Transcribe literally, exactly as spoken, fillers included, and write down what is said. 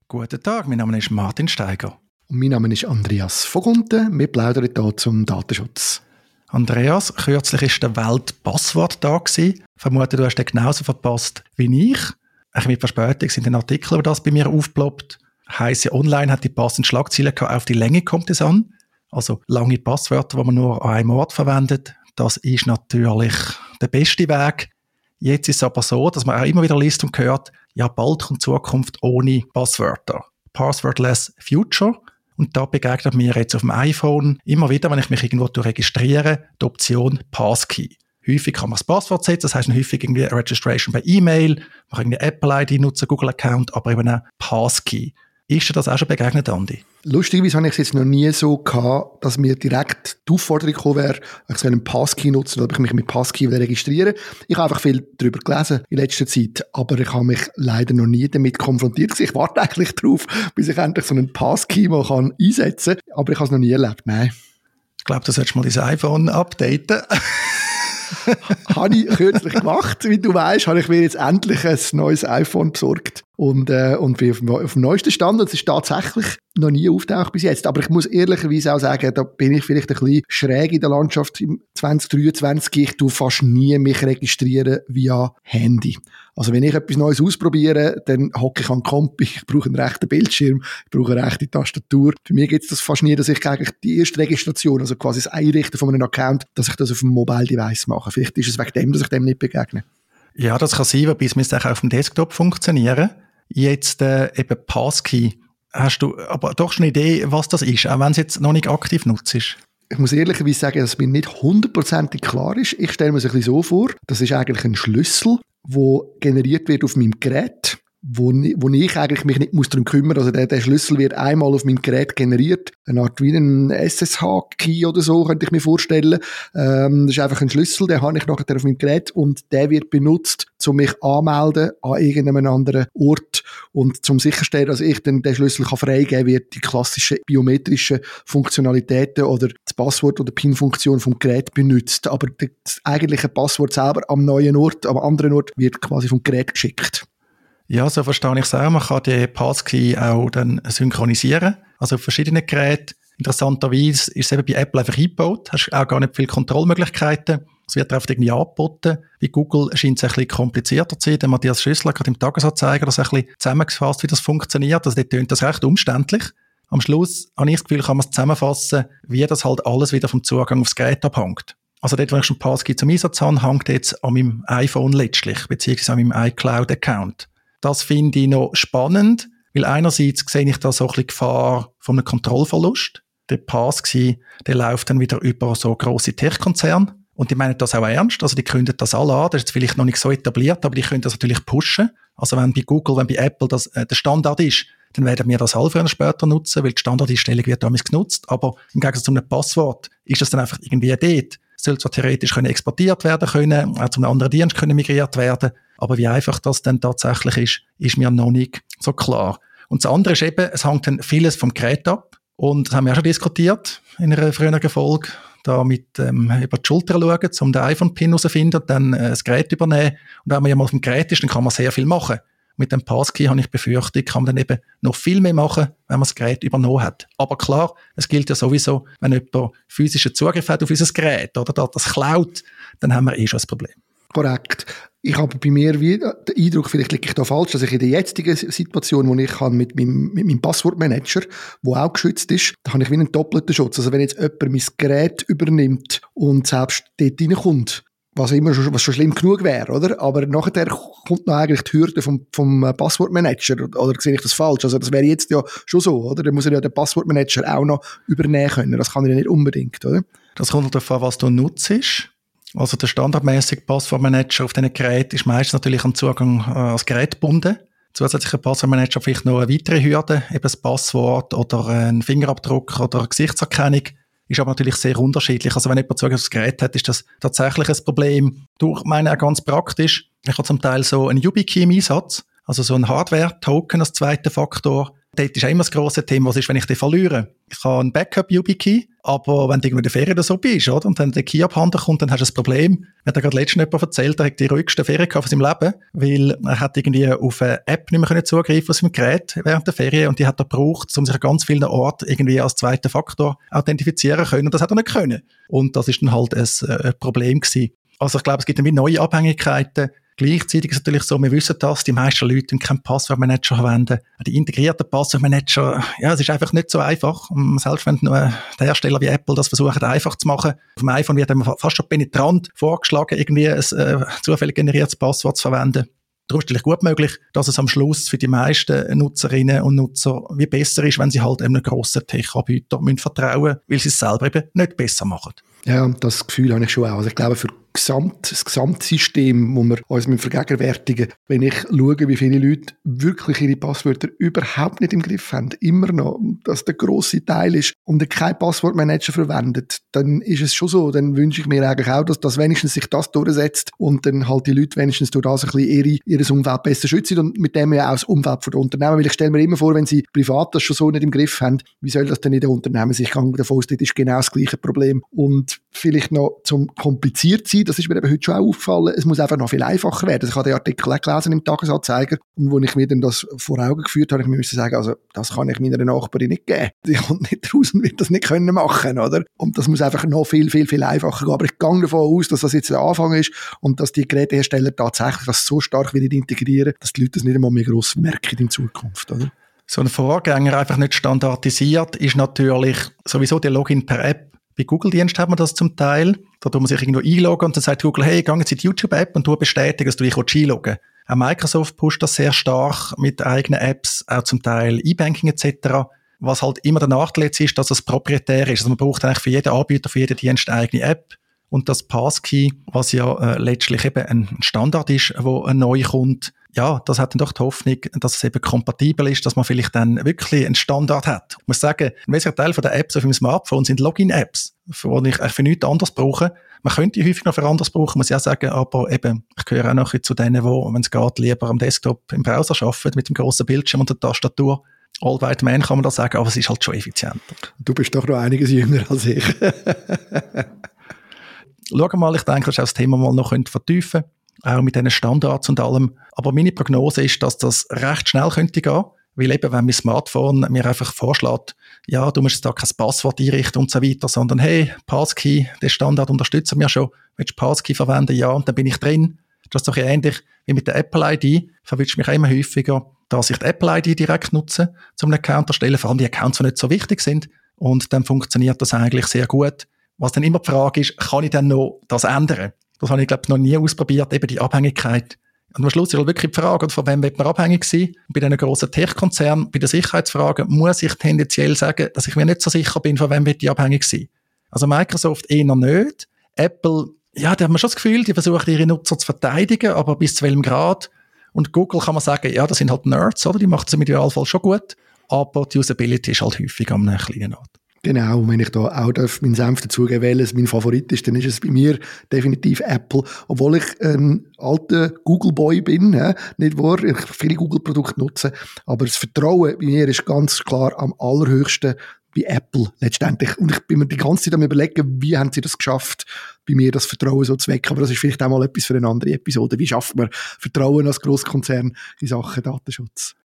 Guten Tag, mein Name ist Martin Steiger. Und mein Name ist Andreas Vogunten. Wir plaudern hier zum Datenschutz. Andreas, kürzlich war der Weltpassworttag. Ich vermute, du hast den genauso verpasst wie ich. Ein mit Verspätung sind ein Artikel über das bei mir aufgeploppt. Heisse Online hat die passenden Schlagzeilen gehabt, auf die Länge kommt es an. Also lange Passwörter, die man nur an einem Ort verwendet. Das ist natürlich der beste Weg. Jetzt ist es aber so, dass man auch immer wieder liest und hört, ja, bald kommt Zukunft ohne Passwörter. Passwordless Future. Und da begegnet mir jetzt auf dem iPhone immer wieder, wenn ich mich irgendwo registriere, die Option Passkey. Häufig kann man das Passwort setzen, das heisst häufig irgendwie Registration bei E-Mail, man kann irgendwie Apple I D nutzen, Google Account, aber eben auch Passkey. Ist dir das auch schon begegnet, Andi? Lustigerweise habe ich es jetzt noch nie so gehabt, dass mir direkt die Aufforderung gekommen wäre, ich soll einen Passkey nutzen oder ich mich mit Passkey registrieren. Ich habe einfach viel darüber gelesen in letzter Zeit, aber ich habe mich leider noch nie damit konfrontiert. Ich warte eigentlich darauf, bis ich endlich so einen Passkey mal kann einsetzen kann, aber ich habe es noch nie erlebt, nein. Ich glaube, du solltest mal dein iPhone updaten. Habe ich kürzlich gemacht. Wie du weißt, habe ich mir jetzt endlich ein neues iPhone besorgt und, äh, und bin auf dem, auf dem neuesten Stand. Es ist tatsächlich noch nie auftaucht bis jetzt. Aber ich muss ehrlicherweise auch sagen, da bin ich vielleicht ein bisschen schräg in der Landschaft im zwanzig dreiundzwanzig. Ich tue fast nie mich registrieren via Handy. Also wenn ich etwas Neues ausprobiere, dann hocke ich an den Kompi, ich brauche einen rechten Bildschirm, ich brauche eine rechte Tastatur. Für mich gibt es das fast nie, dass ich eigentlich die erste Registration, also quasi das Einrichten von einem Account, dass ich das auf dem Mobile Device mache. Vielleicht ist es wegen dem, dass ich dem nicht begegne. Ja, das kann sein, wobei es müsste auch auf dem Desktop funktionieren. Jetzt äh, eben Passkey. Hast du aber doch schon eine Idee, was das ist, auch wenn es jetzt noch nicht aktiv nutzt? Ich muss ehrlicherweise sagen, dass mir nicht hundertprozentig klar ist. Ich stelle mir es ein bisschen so vor, das ist eigentlich ein Schlüssel, der generiert wird auf meinem Gerät, wo, wo ich eigentlich mich nicht muss darum kümmern. Also der, der Schlüssel wird einmal auf meinem Gerät generiert, eine Art wie ein S S H-Key oder so, könnte ich mir vorstellen. Ähm, das ist einfach ein Schlüssel, den habe ich nachher auf meinem Gerät und der wird benutzt, um mich anmelden an irgendeinem anderen Ort und zum sicherstellen, dass ich dann den Schlüssel kann freigeben kann, wird die klassischen biometrischen Funktionalitäten oder das Passwort oder PIN-Funktion vom Gerät benutzt. Aber das eigentliche Passwort selber am neuen Ort, am anderen Ort, wird quasi vom Gerät geschickt. Ja, so verstehe ich es auch. Man kann die Passkey auch dann synchronisieren. Also auf verschiedenen Geräten. Interessanterweise ist es eben bei Apple einfach eingebaut. Hast auch gar nicht viele Kontrollmöglichkeiten. Es wird einfach irgendwie angeboten. Bei Google scheint es ein bisschen komplizierter zu sein. Der Matthias Schüssler gerade im Tagesanzeiger das ein bisschen zusammengefasst, wie das funktioniert. Also dort tönt das recht umständlich. Am Schluss habe ich das Gefühl, kann man es zusammenfassen, wie das halt alles wieder vom Zugang aufs Gerät abhängt. Also dort, wenn ich schon Passkey zum Einsatz habe, hängt jetzt an meinem iPhone letztlich, beziehungsweise an meinem iCloud-Account. Das finde ich noch spannend, weil einerseits sehe ich da so ein bisschen Gefahr von einem Kontrollverlust. Der Passkey, der läuft dann wieder über so grosse Tech-Konzerne und die meinen das auch ernst, also die kündigen das alle an, das ist jetzt vielleicht noch nicht so etabliert, aber die können das natürlich pushen. Also wenn bei Google, wenn bei Apple das äh, der Standard ist, dann werden wir das alle früher oder später nutzen, weil die Standardeinstellung wird damals genutzt, aber im Gegensatz zu einem Passwort ist das dann einfach irgendwie dort. Es soll zwar theoretisch können exportiert werden können, auch zu einem anderen Dienst können migriert werden, aber wie einfach das dann tatsächlich ist, ist mir noch nicht so klar. Und das andere ist eben, es hängt dann vieles vom Gerät ab. Und das haben wir auch schon diskutiert in einer früheren Folge, da mit ähm, über die Schulter schauen, um den iPhone-Pin herauszufinden und dann äh, das Gerät übernehmen. Und wenn man ja mal auf dem Gerät ist, dann kann man sehr viel machen. Mit dem Passkey habe ich befürchtet, kann man dann eben noch viel mehr machen, wenn man das Gerät übernommen hat. Aber klar, es gilt ja sowieso, wenn jemand physischen Zugriff hat auf unser Gerät oder das klaut, dann haben wir eh schon ein Problem. Korrekt. Ich habe bei mir wie den Eindruck, vielleicht liege ich da falsch, dass ich in der jetzigen Situation, wo ich kann mit meinem, mit meinem Passwortmanager, der auch geschützt ist, da habe ich wie einen doppelten Schutz. Also wenn jetzt jemand mein Gerät übernimmt und selbst dort reinkommt, was immer schon, was schon schlimm genug wäre, oder? Aber nachher kommt noch eigentlich die Hürde vom, vom Passwortmanager, oder sehe ich das falsch? Also das wäre jetzt ja schon so, oder? Dann muss er ja den Passwortmanager auch noch übernehmen können. Das kann er ja nicht unbedingt, oder? Das kommt darauf an, was du nutzt. Also der standardmäßige Passwortmanager auf diesen Geräten ist meistens natürlich am Zugang äh, als Gerät gebunden. Zusätzlicher Passwortmanager vielleicht noch eine weitere Hürde, eben das Passwort oder ein Fingerabdruck oder eine Gesichtserkennung. Ist aber natürlich sehr unterschiedlich. Also wenn jemand Zugang aufs Gerät hat, ist das tatsächlich ein Problem. Du, ich meine auch ganz praktisch. Ich habe zum Teil so einen YubiKey im Einsatz, also so ein Hardware-Token als zweiter Faktor. dort ist auch immer das grosse Thema, was ist, wenn ich den verliere? Ich habe einen Backup-YubiKey, aber wenn du irgendwo in der Ferien oder so bist, oder? Und dann der Key abhanden kommt, dann hast du ein Problem. Mir hat gerade letztens jemand erzählt, er hat die ruhigste Ferien gehabt von seinem Leben, weil er hat irgendwie auf eine App nicht mehr zugreifen auf seinem Gerät während der Ferien und die hat er gebraucht, um sich an ganz vielen Orten irgendwie als zweiten Faktor authentifizieren zu können und das hat er nicht können. Und das ist dann halt ein, ein Problem gewesen. Also ich glaube, es gibt dann neue Abhängigkeiten. Gleichzeitig ist es natürlich so, wir wissen das, die meisten Leute keinen Passwortmanager verwenden. Die integrierten Passwortmanager, ja, es ist einfach nicht so einfach. Selbst wenn der Hersteller wie Apple das versucht, einfach zu machen. Auf dem iPhone wird einem fast schon penetrant vorgeschlagen, irgendwie ein äh, zufällig generiertes Passwort zu verwenden. Darum ist es natürlich gut möglich, dass es am Schluss für die meisten Nutzerinnen und Nutzer wie besser ist, wenn sie halt einem grossen Tech-Anbieter vertrauen müssen, weil sie es selber eben nicht besser machen. Ja, das Gefühl habe ich schon auch. Also ich glaube, für Gesamt, das Gesamtsystem, wo wir uns vergegenwärtigen, wenn ich schaue, wie viele Leute wirklich ihre Passwörter überhaupt nicht im Griff haben, immer noch, dass der grosse Teil ist und kein Passwortmanager verwendet, dann ist es schon so, dann wünsche ich mir eigentlich auch, dass, dass wenigstens sich das durchsetzt und dann halt die Leute wenigstens durch das ein bisschen ihre, ihr Umfeld besser schützen und mit dem ja auch das Umfeld von den Unternehmen, weil ich stelle mir immer vor, wenn sie privat das schon so nicht im Griff haben, wie soll das denn in den Unternehmen sein? Ich gehe davon aus, das ist genau das gleiche Problem. Und vielleicht noch zum kompliziert sein, das ist mir eben heute schon auch aufgefallen, es muss einfach noch viel einfacher werden. Ich habe den Artikel auch gelesen im Tagesanzeiger und wo ich mir dann das vor Augen geführt habe, ich mir müssen sagen, also das kann ich meiner Nachbarin nicht geben. Die kommt nicht raus und wird das nicht können machen, oder? Und das muss einfach noch viel, viel, viel einfacher gehen. Aber ich gehe davon aus, dass das jetzt der Anfang ist und dass die Gerätehersteller tatsächlich das so stark wieder integrieren, dass die Leute das nicht einmal mehr gross merken in Zukunft, oder? So ein Vorgänger einfach nicht standardisiert ist natürlich sowieso der Login per App. Bei Google-Dienst hat man das zum Teil. Da tut man sich irgendwo einloggen und dann sagt Google, hey, geh jetzt in die YouTube-App und du bestätigst, dass du dich einloggen willst. Auch Microsoft pusht das sehr stark mit eigenen Apps, auch zum Teil E-Banking et cetera. Was halt immer der Nachteil jetzt ist, dass es proprietär ist. Also man braucht eigentlich für jeden Anbieter, für jeden Dienst eine eigene App. Und das Passkey, was ja äh, letztlich eben ein Standard ist, wo neu kommt, ja, das hat dann doch die Hoffnung, dass es eben kompatibel ist, dass man vielleicht dann wirklich einen Standard hat. Ich muss sagen, ein wesentlicher Teil von der Apps auf dem Smartphone sind Login-Apps, die ich für nichts anderes brauche. Man könnte die häufig noch für anderes brauchen, muss ich auch sagen, aber eben, ich gehöre auch noch zu denen, die, wenn es geht, lieber am Desktop im Browser arbeiten, mit dem grossen Bildschirm und der Tastatur. All white man kann man das sagen, aber es ist halt schon effizienter. Du bist doch noch einiges jünger als ich. Schau mal, ich denke, das ist auch das Thema mal noch vertiefen können. Auch mit diesen Standards und allem. Aber meine Prognose ist, dass das recht schnell könnte gehen, weil eben, wenn mein Smartphone mir einfach vorschlägt, ja, du musst da kein Passwort einrichten und so weiter, sondern hey, Passkey, den Standard unterstützen wir schon, willst du Passkey verwenden? Ja, und dann bin ich drin. Das ist doch ähnlich wie mit der Apple I D, verwünscht mich immer häufiger, dass ich die Apple I D direkt nutze, um einen Account zu erstellen, vor allem die Accounts, die nicht so wichtig sind. Und dann funktioniert das eigentlich sehr gut. Was dann immer die Frage ist, kann ich dann noch das ändern? Das habe ich, glaube ich, noch nie ausprobiert, eben die Abhängigkeit. Und am Schluss ist halt wirklich die Frage, von wem wird man abhängig sein? Und bei diesen grossen Tech-Konzernen, bei den Sicherheitsfragen, muss ich tendenziell sagen, dass ich mir nicht so sicher bin, von wem wird die abhängig sein. Also Microsoft eher nicht. Apple, ja, da hat man schon das Gefühl, die versuchen ihre Nutzer zu verteidigen, aber bis zu welchem Grad? Und Google kann man sagen, ja, das sind halt Nerds, oder? Die machen es im Idealfall schon gut. Aber die Usability ist halt häufig am einem kleinen Ort. Genau, und wenn ich da auch meinen Senf dazugeben will, es mein Favorit ist, dann ist es bei mir definitiv Apple. Obwohl ich ein alter Google-Boy bin, äh, nicht wahr, ich viele Google-Produkte nutze, aber das Vertrauen bei mir ist ganz klar am allerhöchsten bei Apple letztendlich. Und ich bin mir die ganze Zeit am Überlegen, wie haben sie das geschafft, bei mir das Vertrauen so zu wecken. Aber das ist vielleicht auch mal etwas für eine andere Episode. Wie schafft man Vertrauen als Grosskonzern in Sachen Datenschutz?